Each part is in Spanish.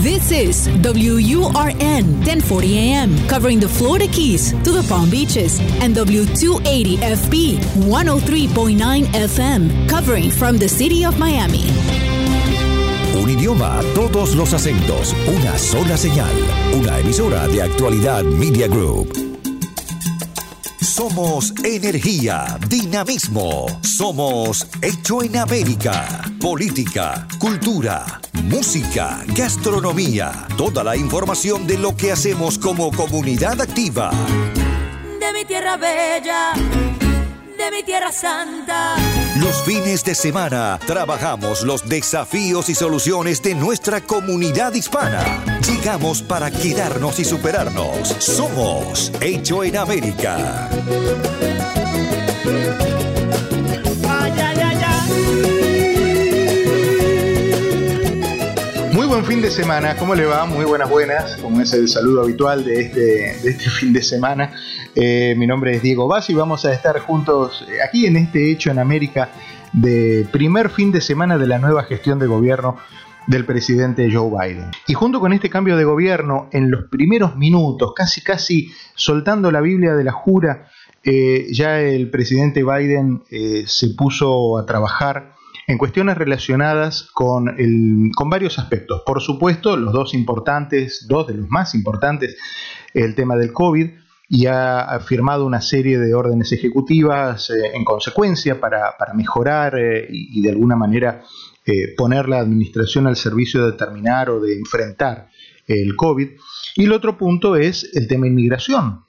This is WURN 1040 AM, covering the Florida Keys to the Palm Beaches, and W280FB 103.9 FM, covering from the city of Miami. Un idioma, todos los acentos, una sola señal. Una emisora de Actualidad Media Group. Somos energía, dinamismo. Somos Hecho en América. Política, cultura, música, gastronomía. Toda la información de lo que hacemos como comunidad activa. De mi tierra bella, de mi tierra santa. Los fines de semana trabajamos los desafíos y soluciones de nuestra comunidad hispana. Llegamos para quedarnos y superarnos. Somos Hecho en América. Ay, ay, ay, ay. Muy buen fin de semana, ¿cómo le va? Muy buenas, como es el saludo habitual de este fin de semana. Mi nombre es Diego Bassi y vamos a estar juntos aquí en este Hecho en América de primer fin de semana de la nueva gestión de gobierno del presidente Joe Biden. Y junto con este cambio de gobierno, en los primeros minutos, casi soltando la Biblia de la jura, ya el presidente Biden se puso a trabajar en cuestiones relacionadas con varios aspectos. Por supuesto, dos de los más importantes, el tema del COVID, y ha firmado una serie de órdenes ejecutivas en consecuencia para mejorar y de alguna manera poner la administración al servicio de determinar o de enfrentar el COVID. Y el otro punto es el tema inmigración.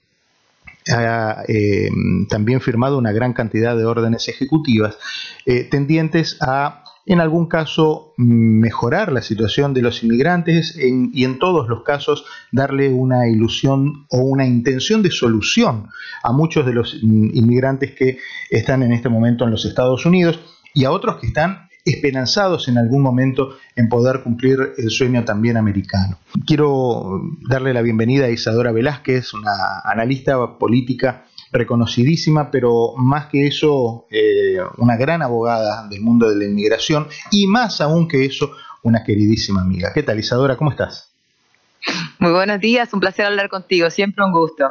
Ha también firmado una gran cantidad de órdenes ejecutivas tendientes a, en algún caso, mejorar la situación de los inmigrantes y en todos los casos darle una ilusión o una intención de solución a muchos de los inmigrantes que están en este momento en los Estados Unidos y a otros que están esperanzados en algún momento en poder cumplir el sueño también americano. Quiero darle la bienvenida a Isadora Velázquez, una analista política reconocidísima, pero más que eso, una gran abogada del mundo de la inmigración y más aún que eso, una queridísima amiga. ¿Qué tal, Isadora? ¿Cómo estás? Muy buenos días, un placer hablar contigo, siempre un gusto.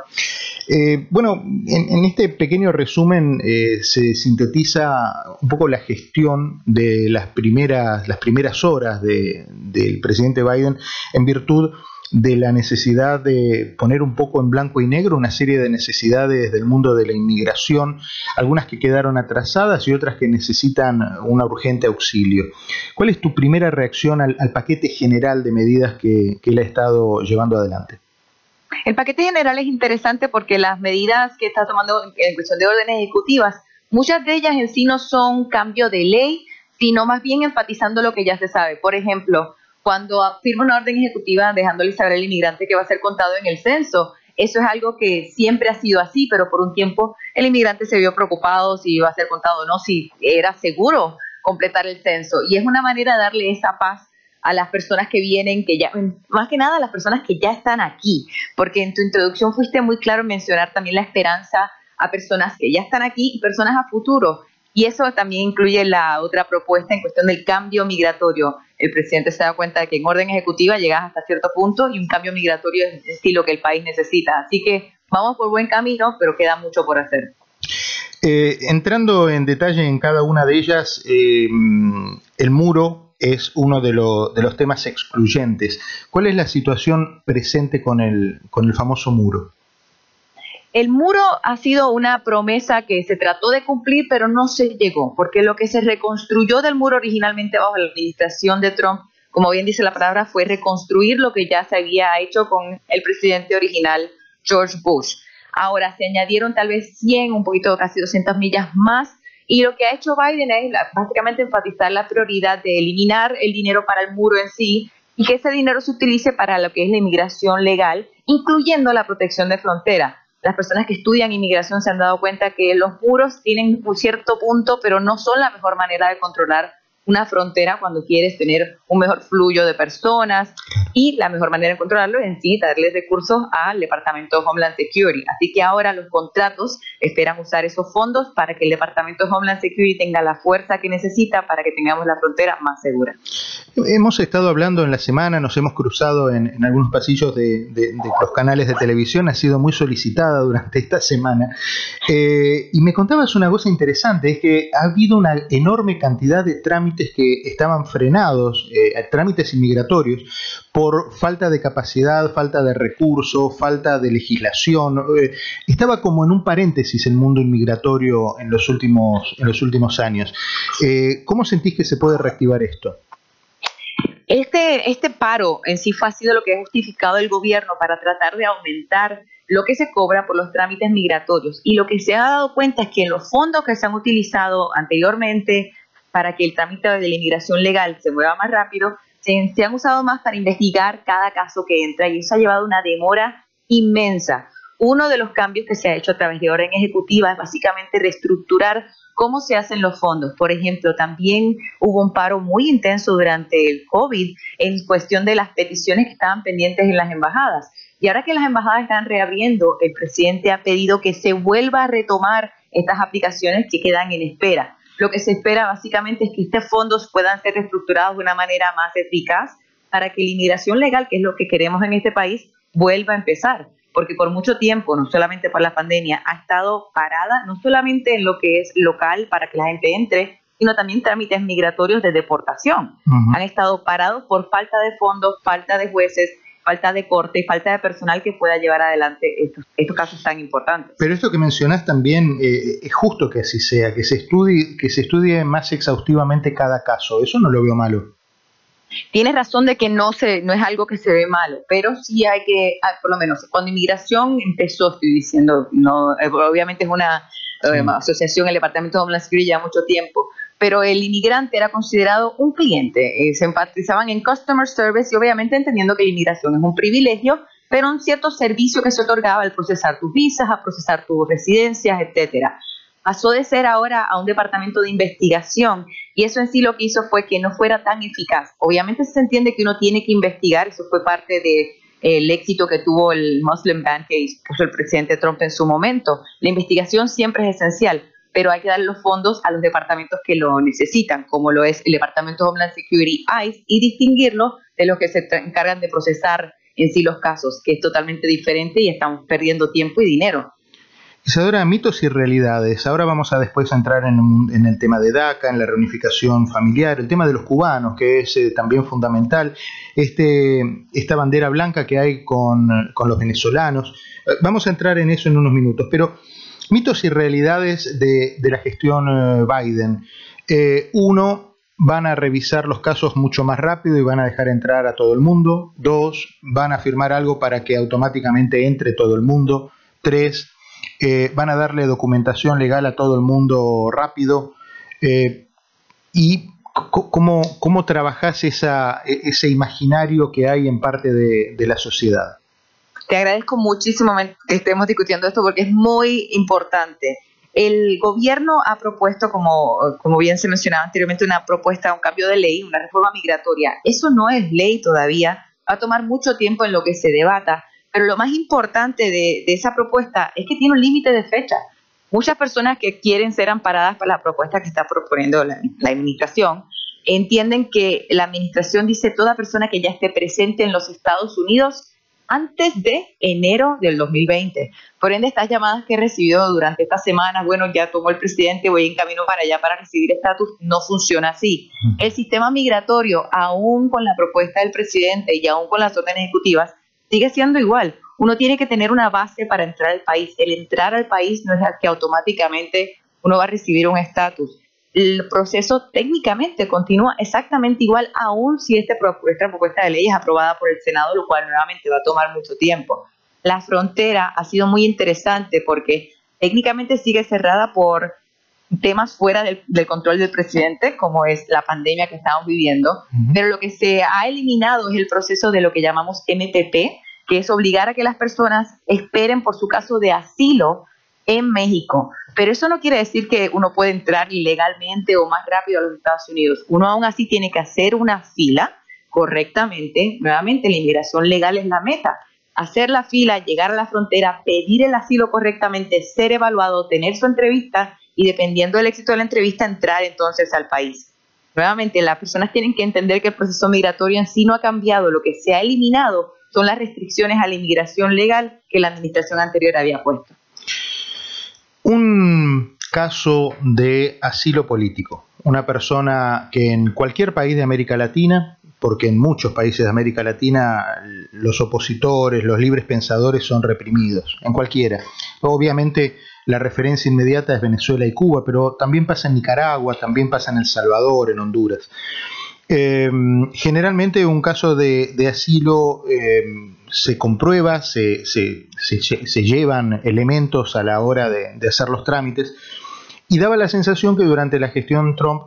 Bueno, en este pequeño resumen se sintetiza un poco la gestión de las primeras horas del presidente Biden en virtud de la necesidad de poner un poco en blanco y negro una serie de necesidades del mundo de la inmigración, algunas que quedaron atrasadas y otras que necesitan un urgente auxilio. ¿Cuál es tu primera reacción al paquete general de medidas que él ha estado llevando adelante? El paquete general es interesante porque las medidas que está tomando en cuestión de órdenes ejecutivas, muchas de ellas en sí no son cambio de ley, sino más bien enfatizando lo que ya se sabe. Por ejemplo, cuando firma una orden ejecutiva dejándole saber al inmigrante que va a ser contado en el censo, eso es algo que siempre ha sido así, pero por un tiempo el inmigrante se vio preocupado si iba a ser contado o no, si era seguro completar el censo. Y es una manera de darle esa paz a las personas que vienen, que ya, más que nada a las personas que ya están aquí, porque en tu introducción fuiste muy claro en mencionar también la esperanza a personas que ya están aquí y personas a futuro. Y eso también incluye la otra propuesta en cuestión del cambio migratorio. El presidente se da cuenta de que en orden ejecutiva llegas hasta cierto punto y un cambio migratorio es el estilo que el país necesita. Así que vamos por buen camino, pero queda mucho por hacer. Entrando en detalle en cada una de ellas, el muro es uno de los temas excluyentes. ¿Cuál es la situación presente con el famoso muro? El muro ha sido una promesa que se trató de cumplir, pero no se llegó, porque lo que se reconstruyó del muro originalmente bajo la administración de Trump, como bien dice la palabra, fue reconstruir lo que ya se había hecho con el presidente original, George Bush. Ahora se añadieron tal vez 100, un poquito, casi 200 millas más, y lo que ha hecho Biden es básicamente enfatizar la prioridad de eliminar el dinero para el muro en sí, y que ese dinero se utilice para lo que es la inmigración legal, incluyendo la protección de frontera. Las personas que estudian inmigración se han dado cuenta que los muros tienen un cierto punto, pero no son la mejor manera de controlar una frontera cuando quieres tener un mejor flujo de personas. Y la mejor manera de controlarlo es en sí darle recursos al Departamento de Homeland Security. Así que ahora los contratos esperan usar esos fondos para que el Departamento de Homeland Security tenga la fuerza que necesita para que tengamos la frontera más segura. Hemos estado hablando en la semana, nos hemos cruzado en algunos pasillos de los canales de televisión, ha sido muy solicitada durante esta semana. Y me contabas una cosa interesante, es que ha habido una enorme cantidad de trámites que estaban frenados, trámites inmigratorios, por falta de capacidad, falta de recursos, falta de legislación. Estaba como en un paréntesis el mundo inmigratorio en los últimos años. ¿Cómo sentís que se puede reactivar esto? Este paro en sí ha sido lo que ha justificado el gobierno para tratar de aumentar lo que se cobra por los trámites migratorios. Y lo que se ha dado cuenta es que los fondos que se han utilizado anteriormente para que el trámite de la inmigración legal se mueva más rápido, se han usado más para investigar cada caso que entra, y eso ha llevado una demora inmensa. Uno de los cambios que se ha hecho a través de orden ejecutiva es básicamente reestructurar cómo se hacen los fondos. Por ejemplo, también hubo un paro muy intenso durante el COVID en cuestión de las peticiones que estaban pendientes en las embajadas. Y ahora que las embajadas están reabriendo, el presidente ha pedido que se vuelva a retomar estas aplicaciones que quedan en espera. Lo que se espera básicamente es que estos fondos puedan ser reestructurados de una manera más eficaz para que la inmigración legal, que es lo que queremos en este país, vuelva a empezar. Porque por mucho tiempo, no solamente por la pandemia, ha estado parada, no solamente en lo que es local para que la gente entre, sino también trámites migratorios de deportación. Han estado parados por falta de fondos, falta de jueces, falta de corte y falta de personal que pueda llevar adelante estos casos tan importantes. Pero esto que mencionás también, es justo que así sea, que se estudie más exhaustivamente cada caso. Eso no lo veo malo. Tienes razón de que no es algo que se ve malo, pero sí hay que, por lo menos cuando inmigración empezó, estoy diciendo, no, obviamente es una asociación, el Departamento de Homeland Security lleva mucho tiempo, pero el inmigrante era considerado un cliente, se enfatizaban en customer service y obviamente entendiendo que la inmigración es un privilegio, pero un cierto servicio que se otorgaba al procesar tus visas, a procesar tus residencias, etcétera. Pasó de ser ahora a un departamento de investigación, y eso en sí lo que hizo fue que no fuera tan eficaz. Obviamente se entiende que uno tiene que investigar, eso fue parte del éxito que tuvo el Muslim ban que puso el presidente Trump en su momento. La investigación siempre es esencial, pero hay que dar los fondos a los departamentos que lo necesitan, como lo es el Departamento de Homeland Security, ICE, y distinguirlo de los que se encargan de procesar en sí los casos, que es totalmente diferente y estamos perdiendo tiempo y dinero. Isadora, mitos y realidades. Ahora vamos a después entrar en el tema de DACA, en la reunificación familiar, el tema de los cubanos, que es también fundamental, esta bandera blanca que hay con los venezolanos. Vamos a entrar en eso en unos minutos, pero mitos y realidades de la gestión Biden. Uno, van a revisar los casos mucho más rápido y van a dejar entrar a todo el mundo. 2, van a firmar algo para que automáticamente entre todo el mundo. 3, van a darle documentación legal a todo el mundo rápido. ¿Y cómo trabajás ese imaginario que hay en parte de la sociedad? Te agradezco muchísimo que estemos discutiendo esto porque es muy importante. El gobierno ha propuesto, como bien se mencionaba anteriormente, un cambio de ley, una reforma migratoria. Eso no es ley todavía, va a tomar mucho tiempo en lo que se debata. Pero lo más importante de esa propuesta es que tiene un límite de fecha. Muchas personas que quieren ser amparadas por la propuesta que está proponiendo la administración entienden que la administración dice toda persona que ya esté presente en los Estados Unidos antes de enero del 2020. Por ende, estas llamadas que he recibido durante estas semanas, bueno, ya tomó el presidente, voy en camino para allá para recibir estatus, no funciona así. El sistema migratorio, aún con la propuesta del presidente y aún con las órdenes ejecutivas, sigue siendo igual. Uno tiene que tener una base para entrar al país. El entrar al país no es que automáticamente uno va a recibir un estatus. El proceso técnicamente continúa exactamente igual, aun si esta propuesta de ley es aprobada por el Senado, lo cual nuevamente va a tomar mucho tiempo. La frontera ha sido muy interesante porque técnicamente sigue cerrada por temas fuera del control del presidente, como es la pandemia que estamos viviendo, pero lo que se ha eliminado es el proceso de lo que llamamos MPP, que es obligar a que las personas esperen por su caso de asilo en México. Pero eso no quiere decir que uno puede entrar ilegalmente o más rápido a los Estados Unidos. Uno aún así tiene que hacer una fila correctamente, nuevamente la inmigración legal es la meta. Hacer la fila, llegar a la frontera, pedir el asilo correctamente, ser evaluado, tener su entrevista y dependiendo del éxito de la entrevista entrar entonces al país. Nuevamente, las personas tienen que entender que el proceso migratorio en sí no ha cambiado. Lo que se ha eliminado son las restricciones a la inmigración legal que la administración anterior había puesto. Un caso de asilo político. Una persona que en cualquier país de América Latina, porque en muchos países de América Latina los opositores, los libres pensadores son reprimidos, en cualquiera. Obviamente la referencia inmediata es Venezuela y Cuba, pero también pasa en Nicaragua, también pasa en El Salvador, en Honduras. Generalmente un caso de asilo se comprueba, se llevan elementos a la hora de hacer los trámites, y daba la sensación que durante la gestión Trump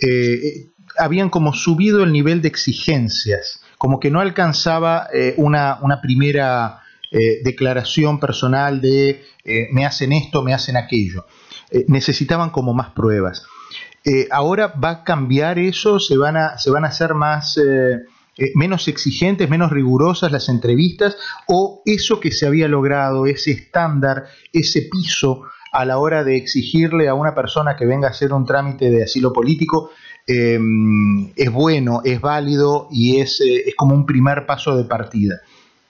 habían como subido el nivel de exigencias, como que no alcanzaba una primera declaración personal de me hacen esto, me hacen aquello. Necesitaban como más pruebas. Ahora va a cambiar eso, se van a hacer menos exigentes, menos rigurosas las entrevistas, o eso que se había logrado, ese estándar, ese piso a la hora de exigirle a una persona que venga a hacer un trámite de asilo político, es bueno, es válido y es como un primer paso de partida.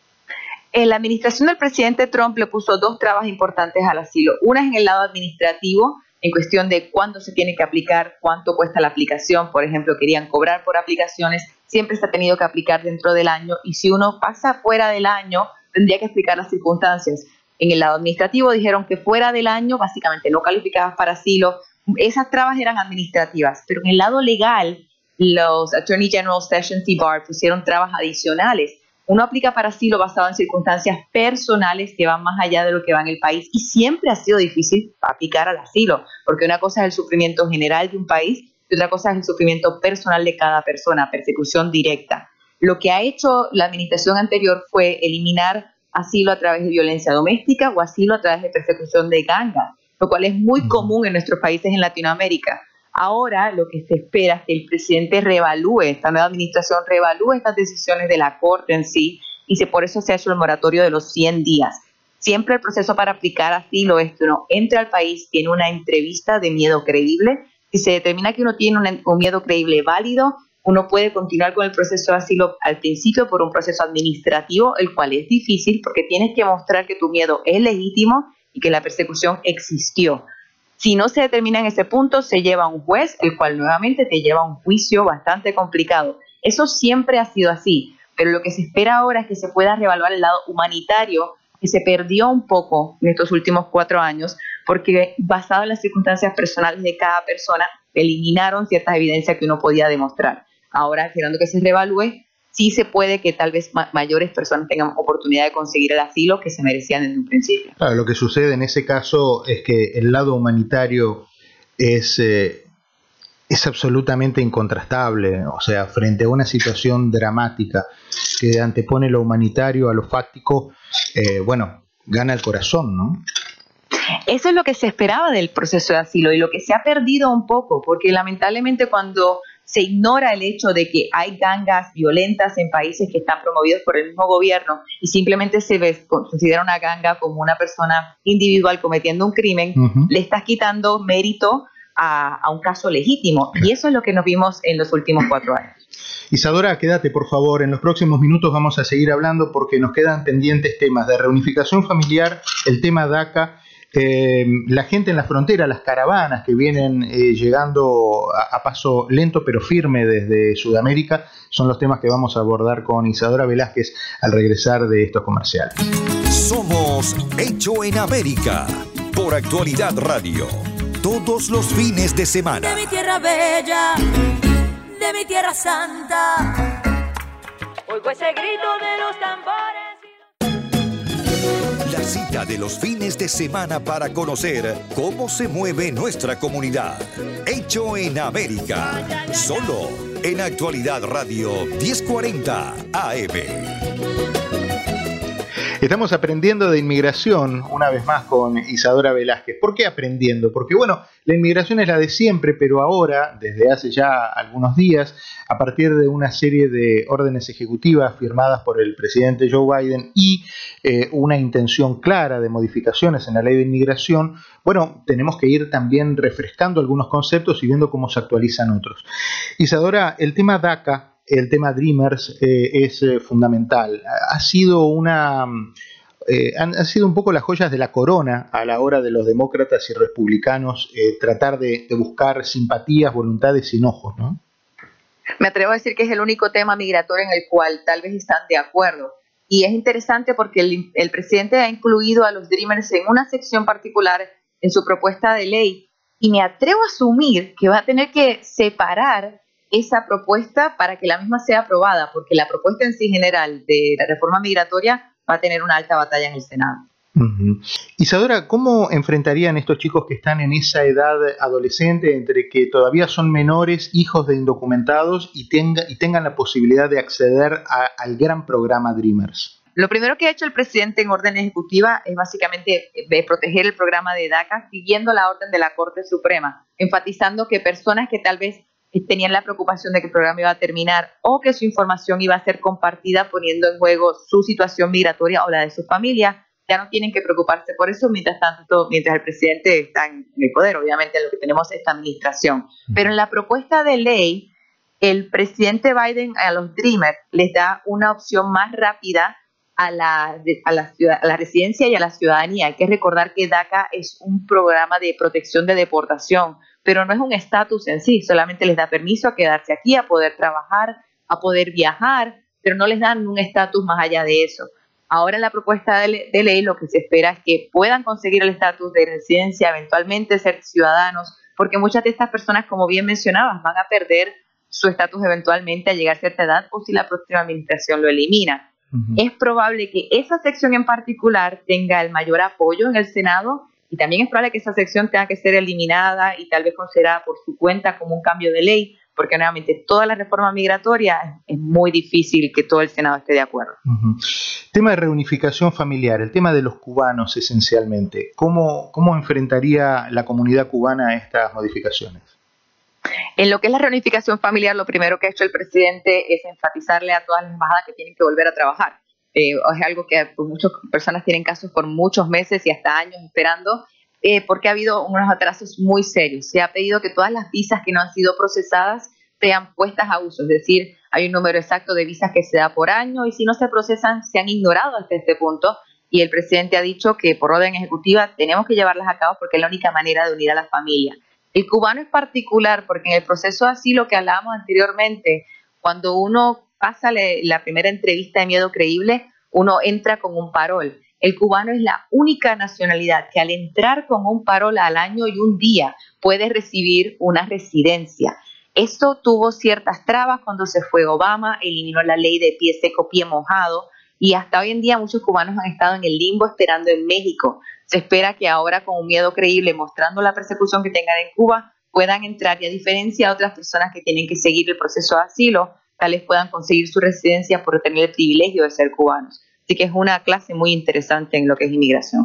La administración del presidente Trump le puso dos trabas importantes al asilo. Una es en el lado administrativo, en cuestión de cuándo se tiene que aplicar, cuánto cuesta la aplicación. Por ejemplo, querían cobrar por aplicaciones, siempre se ha tenido que aplicar dentro del año, y si uno pasa fuera del año, tendría que explicar las circunstancias. En el lado administrativo dijeron que fuera del año básicamente no calificabas para asilo. Esas trabas eran administrativas, pero en el lado legal los Attorney General, Sessions y Barr pusieron trabas adicionales. Uno aplica para asilo basado en circunstancias personales que van más allá de lo que va en el país, y siempre ha sido difícil aplicar al asilo, porque una cosa es el sufrimiento general de un país y otra cosa es el sufrimiento personal de cada persona, persecución directa. Lo que ha hecho la administración anterior fue eliminar asilo a través de violencia doméstica o asilo a través de persecución de gangas, lo cual es muy común en nuestros países en Latinoamérica. Ahora lo que se espera es que el presidente reevalúe, esta nueva administración reevalúe estas decisiones de la Corte en sí, y por eso se ha hecho el moratorio de los 100 días. Siempre el proceso para aplicar asilo es que uno entra al país, tiene una entrevista de miedo creíble. Si se determina que uno tiene un miedo creíble válido, uno puede continuar con el proceso de asilo al principio por un proceso administrativo, el cual es difícil porque tienes que mostrar que tu miedo es legítimo y que la persecución existió. Si no se determina en ese punto, se lleva a un juez, el cual nuevamente te lleva a un juicio bastante complicado. Eso siempre ha sido así, pero lo que se espera ahora es que se pueda reevaluar el lado humanitario, que se perdió un poco en estos últimos 4 años, porque basado en las circunstancias personales de cada persona, eliminaron ciertas evidencias que uno podía demostrar. Ahora, esperando que se reevalúe, sí se puede que tal vez mayores personas tengan oportunidad de conseguir el asilo que se merecían desde un principio. Claro, lo que sucede en ese caso es que el lado humanitario es absolutamente incontrastable. O sea, frente a una situación dramática que antepone lo humanitario a lo fáctico, gana el corazón, ¿no? Eso es lo que se esperaba del proceso de asilo y lo que se ha perdido un poco, porque lamentablemente cuando se ignora el hecho de que hay gangas violentas en países que están promovidos por el mismo gobierno y simplemente se considera una ganga como una persona individual cometiendo un crimen, le estás quitando mérito a un caso legítimo. Y eso es lo que nos vimos en los últimos 4 años. Isadora, quédate por favor, en los próximos minutos vamos a seguir hablando porque nos quedan pendientes temas de reunificación familiar, el tema DACA, la gente en la frontera, las caravanas que vienen llegando a paso lento pero firme desde Sudamérica, son los temas que vamos a abordar con Isadora Velázquez al regresar de estos comerciales. Somos Hecho en América por Actualidad Radio, todos los fines de semana. De mi tierra bella, de mi tierra santa, oigo ese grito de los tambores. La cita de los fines de semana para conocer cómo se mueve nuestra comunidad. Hecho en América, solo en Actualidad Radio 1040 AM. Estamos aprendiendo de inmigración una vez más con Isadora Velázquez. ¿Por qué aprendiendo? Porque bueno, la inmigración es la de siempre, pero ahora, desde hace ya algunos días, a partir de una serie de órdenes ejecutivas firmadas por el presidente Joe Biden y una intención clara de modificaciones en la ley de inmigración, bueno, tenemos que ir también refrescando algunos conceptos y viendo cómo se actualizan otros. Isadora, el tema DACA, el tema Dreamers es fundamental. Han sido un poco las joyas de la corona a la hora de los demócratas y republicanos tratar de buscar simpatías, voluntades y enojos, ¿no? Me atrevo a decir que es el único tema migratorio en el cual tal vez están de acuerdo. Y es interesante porque el presidente ha incluido a los Dreamers en una sección particular en su propuesta de ley. Y me atrevo a asumir que va a tener que separar esa propuesta para que la misma sea aprobada, porque la propuesta en sí general de la reforma migratoria va a tener una alta batalla en el Senado. Uh-huh. Isadora, ¿cómo enfrentarían estos chicos que están en esa edad adolescente entre que todavía son menores, hijos de indocumentados y tengan la posibilidad de acceder al gran programa Dreamers? Lo primero que ha hecho el presidente en orden ejecutiva es básicamente proteger el programa de DACA siguiendo la orden de la Corte Suprema, enfatizando que personas que tal vez tenían la preocupación de que el programa iba a terminar o que su información iba a ser compartida poniendo en juego su situación migratoria o la de su familia, ya no tienen que preocuparse por eso mientras el presidente está en el poder. Obviamente lo que tenemos es esta administración. Pero en la propuesta de ley, el presidente Biden a los Dreamers les da una opción más rápida a la residencia y a la ciudadanía. Hay que recordar que DACA es un programa de protección de deportación, pero no es un estatus en sí, solamente les da permiso a quedarse aquí, a poder trabajar, a poder viajar, pero no les dan un estatus más allá de eso. Ahora en la propuesta de ley lo que se espera es que puedan conseguir el estatus de residencia, eventualmente ser ciudadanos, porque muchas de estas personas, como bien mencionabas, van a perder su estatus eventualmente a llegar a cierta edad o si la próxima administración lo elimina. Uh-huh. Es probable que esa sección en particular tenga el mayor apoyo en el Senado y también es probable que esa sección tenga que ser eliminada y tal vez considerada por su cuenta como un cambio de ley, porque nuevamente toda la reforma migratoria es muy difícil que todo el Senado esté de acuerdo. Uh-huh. Tema de reunificación familiar, el tema de los cubanos esencialmente. ¿Cómo enfrentaría la comunidad cubana estas modificaciones? En lo que es la reunificación familiar, lo primero que ha hecho el presidente es enfatizarle a todas las embajadas que tienen que volver a trabajar. Es algo que muchas personas tienen casos por muchos meses y hasta años esperando, porque ha habido unos atrasos muy serios. Se ha pedido que todas las visas que no han sido procesadas sean puestas a uso, es decir, hay un número exacto de visas que se da por año y si no se procesan, se han ignorado hasta este punto. Y el presidente ha dicho que por orden ejecutiva tenemos que llevarlas a cabo porque es la única manera de unir a la familia. El cubano es particular porque en el proceso de asilo que hablábamos anteriormente, cuando uno pasa la primera entrevista de miedo creíble, uno entra con un parol. El cubano es la única nacionalidad que al entrar con un parol al año y un día puede recibir una residencia. Esto tuvo ciertas trabas cuando se fue Obama, eliminó la ley de pie seco, pie mojado, y hasta hoy en día muchos cubanos han estado en el limbo esperando en México. Se espera que ahora con un miedo creíble, mostrando la persecución que tengan en Cuba, puedan entrar y a diferencia de otras personas que tienen que seguir el proceso de asilo, tal vez puedan conseguir su residencia por tener el privilegio de ser cubanos. Así que es una clase muy interesante en lo que es inmigración.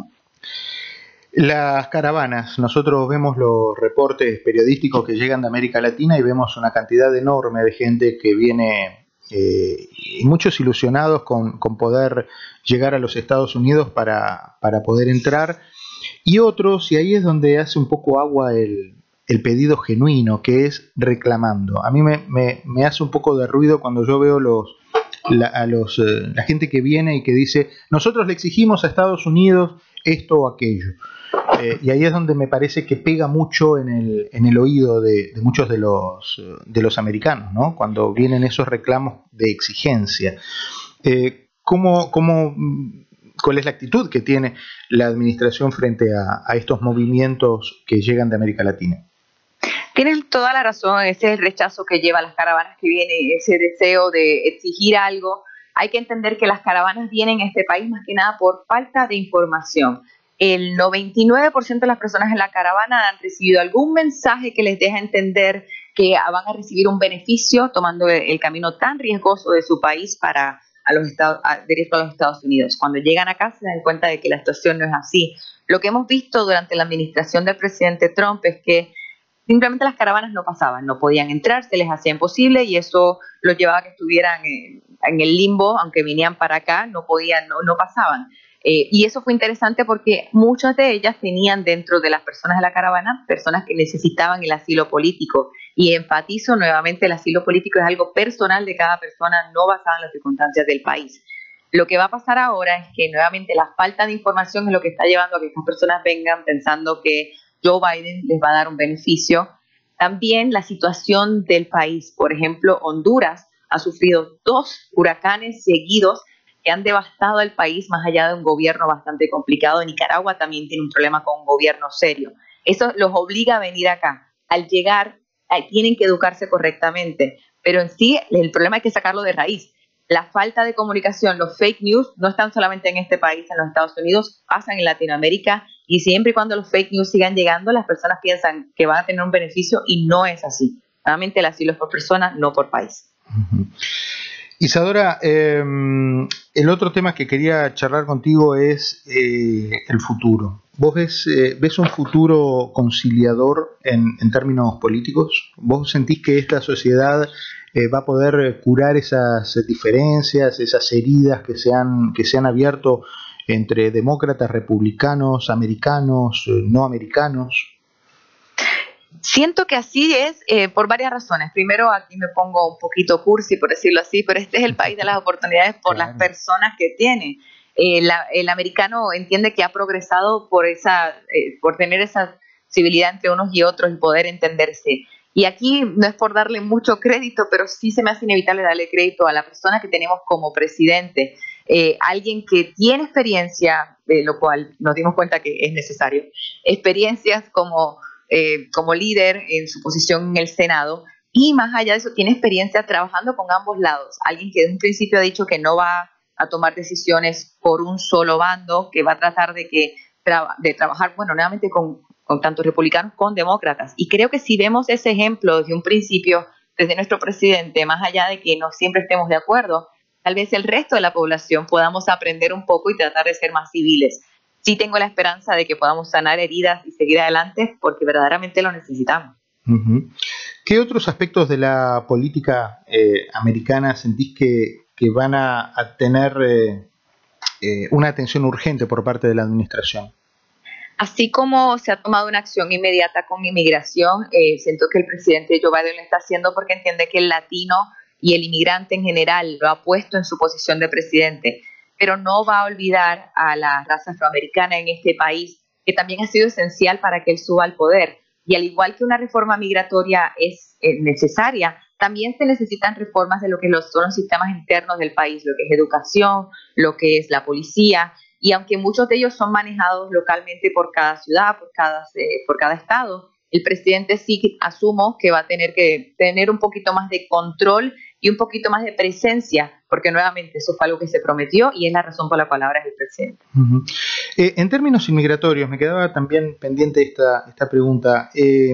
Las caravanas, nosotros vemos los reportes periodísticos que llegan de América Latina y vemos una cantidad enorme de gente que viene, y muchos ilusionados con poder llegar a los Estados Unidos para poder entrar, y otros, y ahí es donde hace un poco agua el pedido genuino, que es reclamando. A mí me hace un poco de ruido cuando yo veo la gente que viene y que dice, nosotros le exigimos a Estados Unidos esto o aquello. Y ahí es donde me parece que pega mucho en el oído de muchos de los americanos, ¿no? Cuando vienen esos reclamos de exigencia. ¿Cuál es la actitud que tiene la administración frente a estos movimientos que llegan de América Latina? Tienes toda la razón, ese es el rechazo que lleva a las caravanas que viene, ese deseo de exigir algo. Hay que entender que las caravanas vienen a este país más que nada por falta de información. El 99% de las personas en la caravana han recibido algún mensaje que les deja entender que van a recibir un beneficio tomando el camino tan riesgoso de su país para directo a los Estados Unidos. Cuando llegan acá se dan cuenta de que la situación no es así. Lo que hemos visto durante la administración del presidente Trump es que simplemente las caravanas no pasaban, no podían entrar, se les hacía imposible y eso los llevaba a que estuvieran en el limbo, aunque vinieran para acá, no pasaban. Y eso fue interesante porque muchas de ellas tenían dentro de las personas de la caravana personas que necesitaban el asilo político. Y enfatizo nuevamente, el asilo político es algo personal de cada persona, no basado en las circunstancias del país. Lo que va a pasar ahora es que nuevamente la falta de información es lo que está llevando a que estas personas vengan pensando que Joe Biden les va a dar un beneficio. También la situación del país. Por ejemplo, Honduras ha sufrido 2 huracanes seguidos que han devastado el país, más allá de un gobierno bastante complicado. Nicaragua también tiene un problema con un gobierno serio. Eso los obliga a venir acá. Al llegar, tienen que educarse correctamente, pero en sí el problema hay que sacarlo de raíz. La falta de comunicación, los fake news, no están solamente en este país, en los Estados Unidos, pasan en Latinoamérica, y siempre y cuando los fake news sigan llegando, las personas piensan que van a tener un beneficio y no es así. Realmente el asilo es por persona, no por país. Uh-huh. Isadora, el otro tema que quería charlar contigo es el futuro. ¿Vos ves un futuro conciliador en términos políticos? ¿Vos sentís que esta sociedad va a poder curar esas diferencias, esas heridas que se han abierto entre demócratas, republicanos, americanos, no americanos? Siento que así es por varias razones. Primero, aquí me pongo un poquito cursi, por decirlo así, pero este es el país de las oportunidades por las personas que tiene. El americano entiende que ha progresado por tener esa civilidad entre unos y otros y poder entenderse. Y aquí no es por darle mucho crédito, pero sí se me hace inevitable darle crédito a la persona que tenemos como presidente. Alguien que tiene experiencia, lo cual nos dimos cuenta que es necesario, experiencias como líder en su posición en el Senado, y más allá de eso tiene experiencia trabajando con ambos lados. Alguien que desde un principio ha dicho que no va a tomar decisiones por un solo bando, que va a tratar de trabajar, nuevamente con tanto republicanos como demócratas. Y creo que si vemos ese ejemplo desde un principio, desde nuestro presidente, más allá de que no siempre estemos de acuerdo, tal vez el resto de la población podamos aprender un poco y tratar de ser más civiles. Sí tengo la esperanza de que podamos sanar heridas y seguir adelante porque verdaderamente lo necesitamos. Uh-huh. ¿Qué otros aspectos de la política americana sentís que van a tener una atención urgente por parte de la administración? Así como se ha tomado una acción inmediata con inmigración, siento que el presidente Joe Biden lo está haciendo porque entiende que el latino y el inmigrante en general lo ha puesto en su posición de presidente, pero no va a olvidar a la raza afroamericana en este país, que también ha sido esencial para que él suba al poder. Y al igual que una reforma migratoria es necesaria, también se necesitan reformas de lo que son los sistemas internos del país, lo que es educación, lo que es la policía. Y aunque muchos de ellos son manejados localmente por cada ciudad, por cada estado, el presidente sí asumo que va a tener que tener un poquito más de control y un poquito más de presencia, porque nuevamente eso fue algo que se prometió y es la razón por la cual ahora es el presidente. Uh-huh. En términos inmigratorios, me quedaba también pendiente esta pregunta.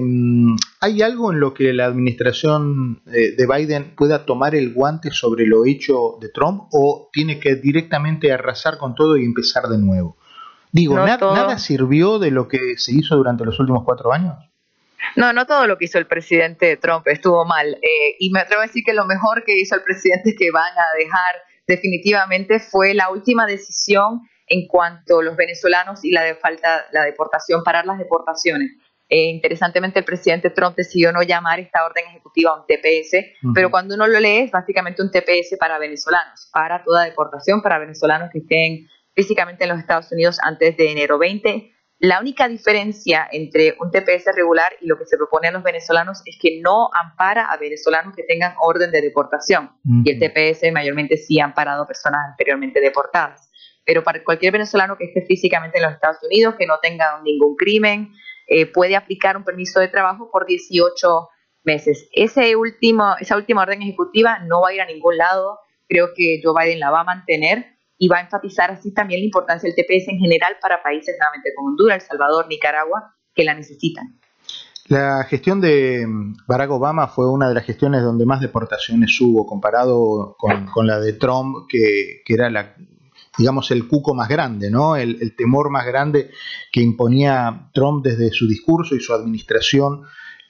¿Hay algo en lo que la administración de Biden pueda tomar el guante sobre lo hecho de Trump o tiene que directamente arrasar con todo y empezar de nuevo? Digo, ¿nada sirvió de lo que se hizo durante los últimos 4 años? No todo lo que hizo el presidente Trump estuvo mal. Y me atrevo a decir que lo mejor que hizo el presidente que van a dejar definitivamente fue la última decisión en cuanto a los venezolanos y la deportación, parar las deportaciones. Interesantemente, el presidente Trump decidió no llamar esta orden ejecutiva un TPS, uh-huh. Pero cuando uno lo lee es básicamente un TPS para venezolanos, para toda deportación para venezolanos que estén físicamente en los Estados Unidos antes de enero 20. La única diferencia entre un TPS regular y lo que se propone a los venezolanos es que no ampara a venezolanos que tengan orden de deportación. Uh-huh. Y el TPS mayormente sí ha amparado a personas anteriormente deportadas. Pero para cualquier venezolano que esté físicamente en los Estados Unidos, que no tenga ningún crimen, puede aplicar un permiso de trabajo por 18 meses. Esa última orden ejecutiva no va a ir a ningún lado. Creo que Joe Biden la va a mantener. Y va a enfatizar así también la importancia del TPS en general para países nuevamente como Honduras, El Salvador, Nicaragua, que la necesitan. La gestión de Barack Obama fue una de las gestiones donde más deportaciones hubo, comparado con la de Trump, que era digamos, el cuco más grande, ¿no? El temor más grande que imponía Trump desde su discurso y su administración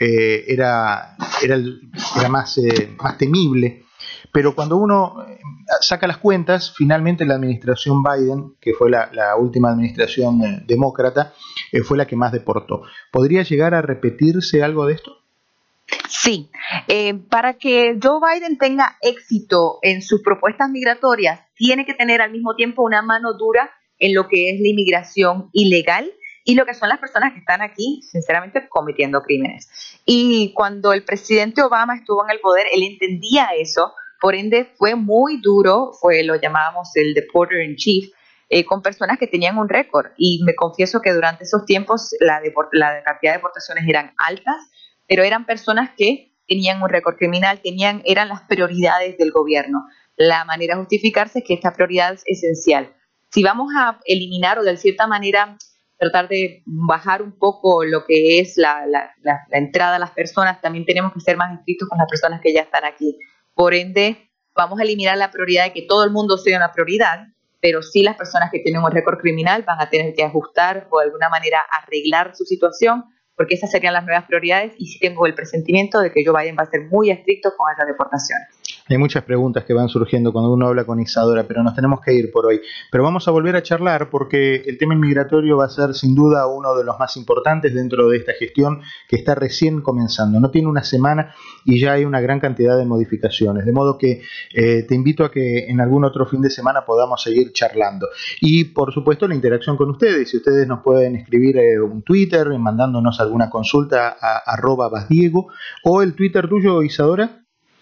era más temible. Pero cuando uno saca las cuentas, finalmente la administración Biden, que fue la última administración demócrata, fue la que más deportó. ¿Podría llegar a repetirse algo de esto? Sí, para que Joe Biden tenga éxito en sus propuestas migratorias, tiene que tener al mismo tiempo una mano dura en lo que es la inmigración ilegal y lo que son las personas que están aquí, sinceramente, cometiendo crímenes. Y cuando el presidente Obama estuvo en el poder, él entendía eso, por ende fue muy duro, lo llamábamos el deporter in chief, con personas que tenían un récord. Y me confieso que durante esos tiempos la cantidad de deportaciones eran altas, pero eran personas que tenían un récord criminal, eran las prioridades del gobierno. La manera de justificarse es que esta prioridad es esencial. Si vamos a eliminar o de cierta manera tratar de bajar un poco lo que es la entrada a las personas, también tenemos que ser más estrictos con las personas que ya están aquí. Por ende, vamos a eliminar la prioridad de que todo el mundo sea una prioridad, pero sí las personas que tienen un récord criminal van a tener que ajustar o de alguna manera arreglar su situación, porque esas serían las nuevas prioridades, y sí tengo el presentimiento de que Joe Biden va a ser muy estricto con esas deportaciones. Hay muchas preguntas que van surgiendo cuando uno habla con Isadora, pero nos tenemos que ir por hoy. Pero vamos a volver a charlar porque el tema inmigratorio va a ser sin duda uno de los más importantes dentro de esta gestión que está recién comenzando. No tiene una semana y ya hay una gran cantidad de modificaciones. De modo que te invito a que en algún otro fin de semana podamos seguir charlando. Y por supuesto la interacción con ustedes. Si ustedes nos pueden escribir un Twitter mandándonos alguna consulta a @basdiego, o el Twitter tuyo, Isadora.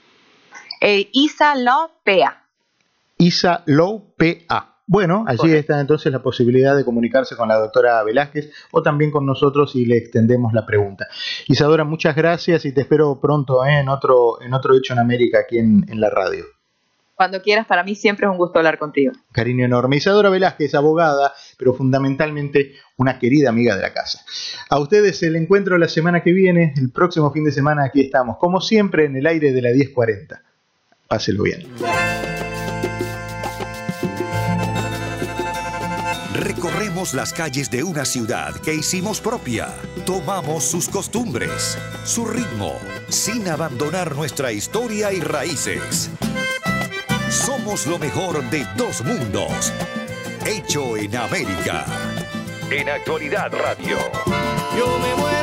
Isa Law PA. Isa Law PA. Bueno, allí Correcto. está entonces la posibilidad de comunicarse con la doctora Velázquez o también con nosotros y le extendemos la pregunta. Isadora, muchas gracias y te espero pronto en otro Hecho en América aquí en la radio. Cuando quieras, para mí siempre es un gusto hablar contigo. Cariño enorme. Isadora Velázquez, abogada, pero fundamentalmente una querida amiga de la casa. A ustedes el encuentro la semana que viene, el próximo fin de semana aquí estamos, como siempre en el aire de la 1040. Páselo bien. Recorremos las calles de una ciudad que hicimos propia. Tomamos sus costumbres, su ritmo, sin abandonar nuestra historia y raíces. Somos lo mejor de dos mundos. Hecho en América. En Actualidad Radio. Yo me muero.